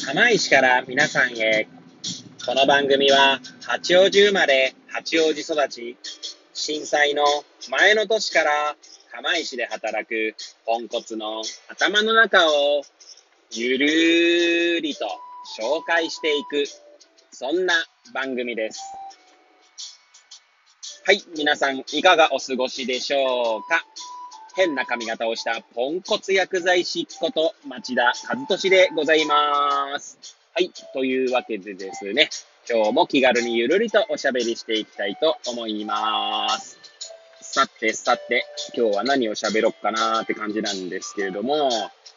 釜石から皆さんへ。この番組は八王子生まれ八王子育ち、震災の前の年から釜石で働くポンコツの頭の中をゆるーりと紹介していく、そんな番組です。はい、皆さんいかがお過ごしでしょうか。変な髪型をしたポンコツ薬剤師こと町田和俊でございます。はい、というわけでですね、今日も気軽にゆるりとおしゃべりしていきたいと思います。さて、今日は何をしゃべろっかなーって感じなんですけれども、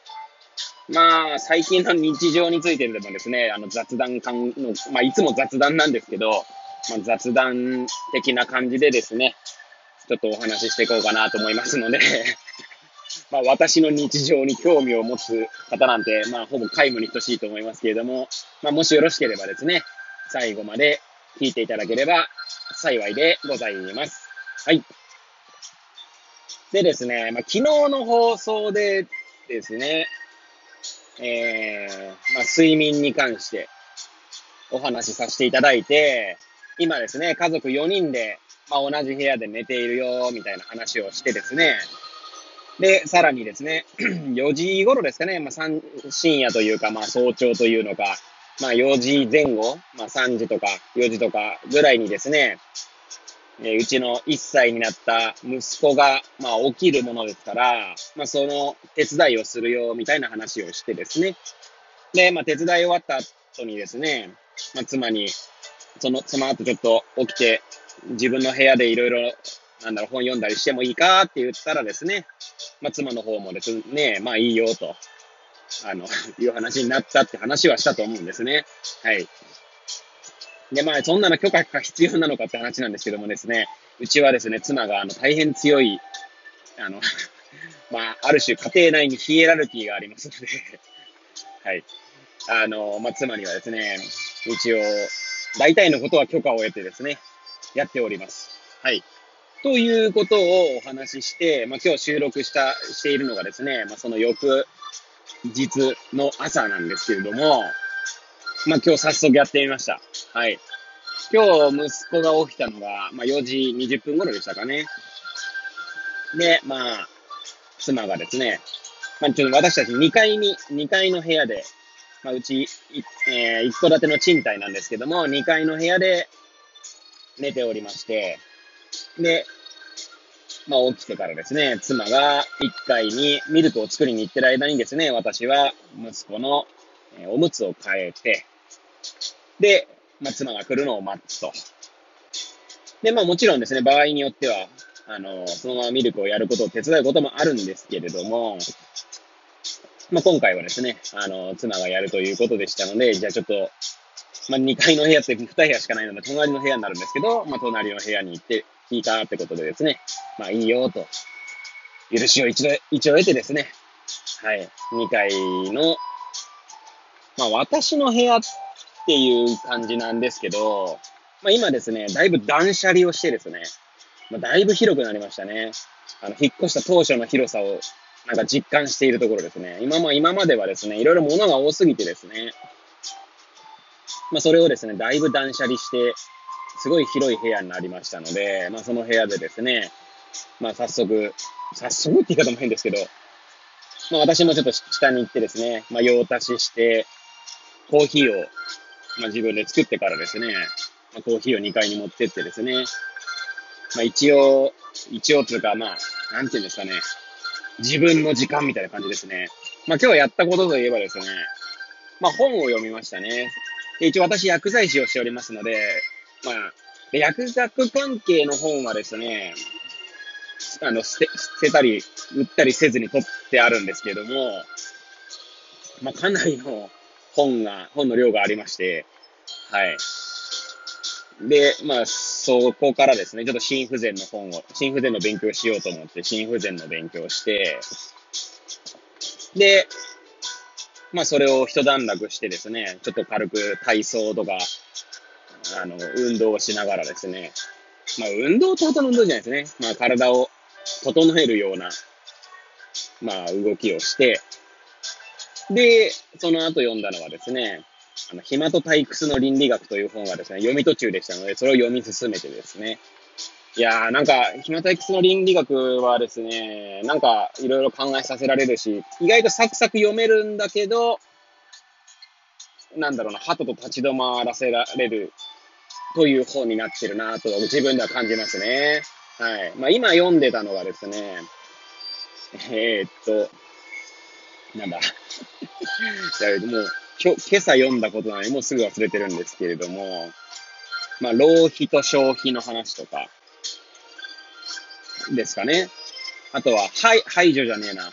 最近の日常についてでもですね、雑談感の、いつも雑談なんですけど、雑談的な感じでですね、ちょっとお話ししていこうかなと思いますので私の日常に興味を持つ方なんて、ほぼ皆無に等しいと思いますけれども、もしよろしければですね、最後まで聞いていただければ幸いでございます。はい。でですね、昨日の放送でですね、睡眠に関してお話しさせていただいて、今ですね、家族4人で、同じ部屋で寝ているよ、みたいな話をしてですね、で、さらにですね、4時頃ですかね、深夜というか、早朝というのか、4時前後、3時とか4時とかぐらいにですね、うちの1歳になった息子が、起きるものですから、その手伝いをするよ、みたいな話をしてですね。で、手伝い終わった後にですね、妻に、その後ちょっと起きて、自分の部屋でいろいろ、本読んだりしてもいいかって言ったらですね、妻の方もですね、いいよと、いう話になったって話はしたと思うんですね。はい。で、そんなの許可が必要なのかって話なんですけどもですね、うちはですね、妻が大変強い、ある種家庭内にヒエラルキーがありますのではい。妻にはですね、一応、大体のことは許可を得てですね、やっております。はい。ということをお話しして、今日収録しているのがですね、その翌日の朝なんですけれども、今日早速やってみました。はい。今日息子が起きたのが、4時20分頃でしたかね。で、妻がですね、ちょっと私たち2階の部屋で、うち、一戸建ての賃貸なんですけども、2階の部屋で寝ておりまして、で、起きてからですね、妻が1階にミルクを作りに行ってる間にですね、私は息子のおむつを変えて、で、妻が来るのを待つと。で、もちろんですね、場合によっては、そのままミルクをやることを手伝うこともあるんですけれども、今回はですね、妻がやるということでしたので、じゃあちょっと、2階の部屋って2部屋しかないので、隣の部屋になるんですけど、隣の部屋に行っていいかってことでですね、いいよと、許しを一応得てですね、はい、2階の、私の部屋っていう感じなんですけど、今ですね、だいぶ断捨離をしてですね、だいぶ広くなりましたね。引っ越した当初の広さを実感しているところですね。今まではですね、いろいろ物が多すぎてですね、それをですね、だいぶ断捨離して、すごい広い部屋になりましたので、その部屋でですね、早速って言い方も変ですけど、私もちょっと下に行ってですね、用足しして、コーヒーを、自分で作ってからですね、コーヒーを2階に持ってってですね、一応つうか、なんていうんですかね、自分の時間みたいな感じですね。今日やったことといえばですね、本を読みましたね。で一応私薬剤師をしておりますので、薬学関係の本はですね、捨てたり、売ったりせずに取ってあるんですけれども、かなりの本の量がありまして、はい。で、そこからですね、ちょっと心不全の勉強をしようと思って、心不全の勉強をして、で、それを一段落してですね、ちょっと軽く体操とか、運動をしながらですね、運動ってほどの運動じゃないですね。体を整えるような、動きをして、 で、その後読んだのはですね、暇と退屈の倫理学という本がですね、読み途中でしたので、それを読み進めてですね、いやー、なんか、暇退屈の倫理学はですね、なんか、いろいろ考えさせられるし、意外とサクサク読めるんだけど、なんだろうな、鳩と立ち止まらせられるという本になってるなと自分では感じますね。はい。まあ今読んでたのがですね、えーっと、なんだ。いやもう今朝読んだことなのにもうすぐ忘れてるんですけれども、まあ浪費と消費の話とかですかね。あとは、排除じゃねえな。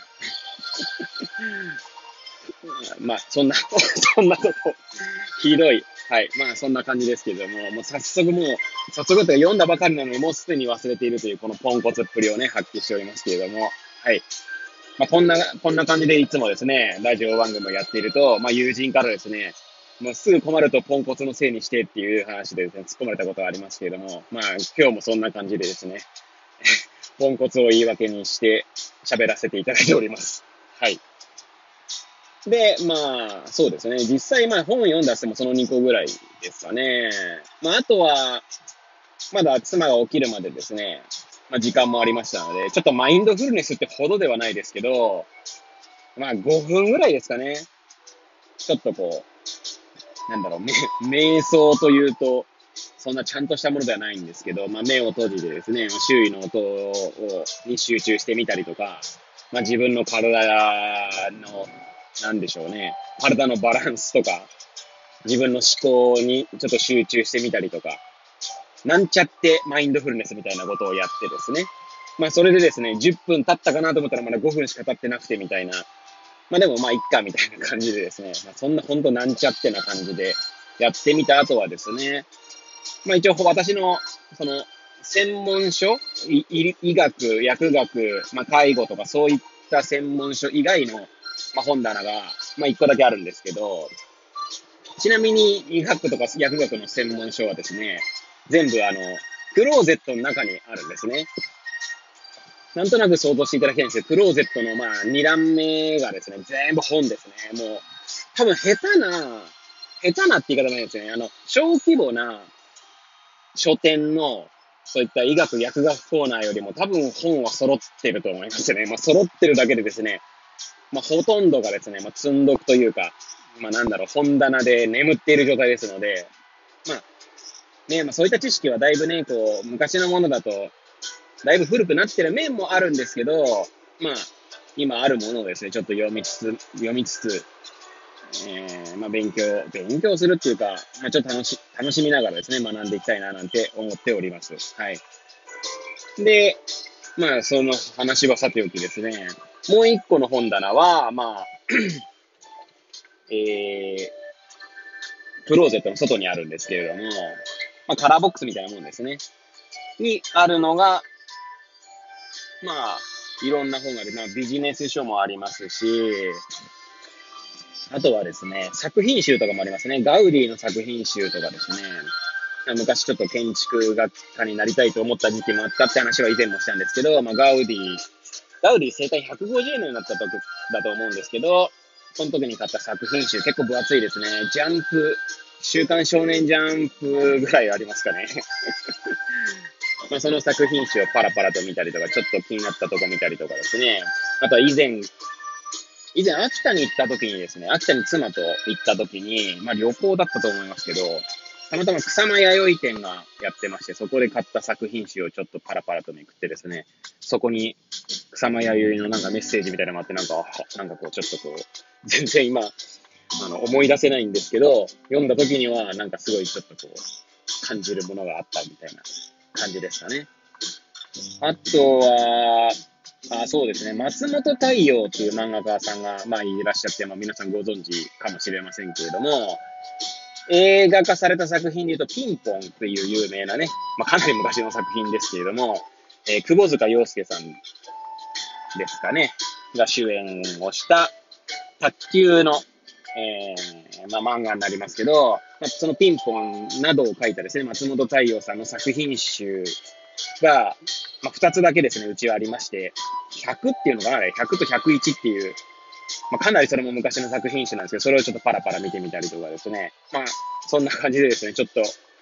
まあ、そんな、そんなこと、ひどい。はい。まあ、そんな感じですけれども、もう早速というか読んだばかりなのに、もうすでに忘れているという、このポンコツっぷりをね、発揮しておりますけれども、はい。まあ、こんな感じでいつもですね、ラジオ番組をやっていると、まあ、友人からですね、もうすぐ困るとポンコツのせいにしてっていう話でですね、突っ込まれたことがありますけれども、まあ、今日もそんな感じでですね、ポンコツを言い訳にして喋らせていただいております。はい。で、まあ、そうですね。実際、まあ、本読んだしてもその2個ぐらいですかね。まあ、あとは、まだ妻が起きるまでですね、まあ、時間もありましたので、ちょっとマインドフルネスってほどではないですけど、まあ、5分ぐらいですかね。ちょっとこう、なんだろう、瞑想というと、そんなちゃんとしたものではないんですけど、まあ、目を閉じてですね、周囲の音に集中してみたりとか、まあ、自分の体の、なんでしょうね、体のバランスとか、自分の思考にちょっと集中してみたりとか、なんちゃってマインドフルネスみたいなことをやってですね。まあそれでですね、10分経ったかなと思ったらまだ5分しか経ってなくてみたいな。まあでもまあいっかみたいな感じでですね、まあ、そんなほんとなんちゃってな感じでやってみた後はですね、まあ一応私のその専門書、医学、薬学、まあ介護とかそういった専門書以外の、まあ、本棚が、まあ一個だけあるんですけど、ちなみに医学とか薬学の専門書はですね、全部クローゼットの中にあるんですね。なんとなく想像していただきたいんですけど、クローゼットのまあ2段目がですね、全部本ですね。もう、多分下手なって言い方ないですね。小規模な書店の、そういった医学、薬学コーナーよりも多分本は揃ってると思いますね。まあ揃ってるだけでですね、まあほとんどがですね、まあ積んどくというか、まあなんだろう、本棚で眠っている状態ですので、まあね、まあそういった知識はだいぶね、こう、昔のものだと、だいぶ古くなってる面もあるんですけど、まあ、今あるものをですね、ちょっと読みつつ、まあ勉強するっていうか、まあちょっと楽しみながらですね、学んでいきたいななんて思っております。はい。で、まあその話はさておきですね、もう一個の本棚は、まあ、えクローゼットの外にあるんですけれども、まあカラーボックスみたいなもんですね。にあるのが、まあ、いろんな本がある。まあ、ビジネス書もありますし、あとはですね、作品集とかもありますね。ガウディの作品集とかですね。昔ちょっと建築学科になりたいと思った時期もあったって話は以前もしたんですけど、まあ、ガウディ生誕150年になった時だと思うんですけど、その時に買った作品集結構分厚いですね。ジャンプ、週刊少年ジャンプぐらいありますかね。まあ、その作品集をパラパラと見たりとか、ちょっと気になったとこ見たりとかですね。あとは以前秋田に行った時にですね、秋田に妻と行った時に、まあ旅行だったと思いますけど、たまたま草間弥生展がやってまして、そこで買った作品集をちょっとパラパラとめくってですね、そこに草間弥生のなんかメッセージみたいなのがあって、なんかこうちょっとこう、全然今、思い出せないんですけど、読んだ時にはなんかすごいちょっとこう、感じるものがあったみたいな感じですかね。あとは、そうですね。松本太陽っていう漫画家さんが、まあ、いらっしゃって、まあ、皆さんご存知かもしれませんけれども、映画化された作品で言うと、ピンポンっていう有名なね、まあ、かなり昔の作品ですけれども、窪塚洋介さんですかね、が主演をした卓球の、まあ、漫画になりますけど、まあ、そのピンポンなどを書いたですね、松本太陽さんの作品集が、まあ、2つだけですね、うちはありまして、100っていうのかな、あれ、100と101っていう、 かなりそれも昔の作品集なんですけど、それをちょっとパラパラ見てみたりとかですね。そんな感じでですね、ちょっと、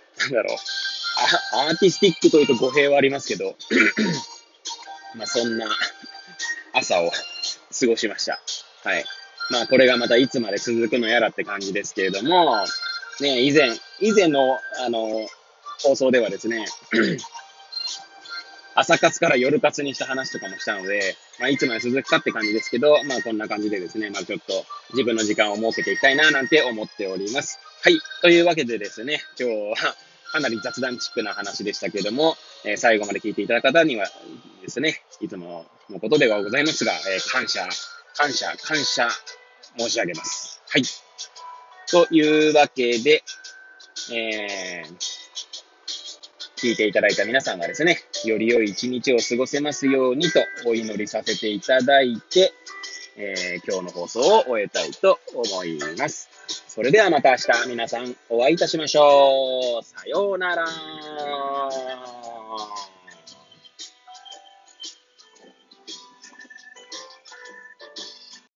アーティスティックというと語弊はありますけど、そんな朝を過ごしました。はい。これがまたいつまで続くのやらって感じですけれども、ね、以前の、放送ではですね、朝活から夜活にした話とかもしたので、いつまで続くかって感じですけど、こんな感じでですね、ちょっと自分の時間を設けていきたいななんて思っております。はい。というわけでですね、今日はかなり雑談チックな話でしたけども、最後まで聞いていただいた方にはですね、いつものことではございますが、感謝申し上げます。はい。というわけで、聞いていただいた皆さんがですね、より良い一日を過ごせますようにとお祈りさせていただいて、今日の放送を終えたいと思います。それではまた明日皆さんお会いいたしましょう。さようなら。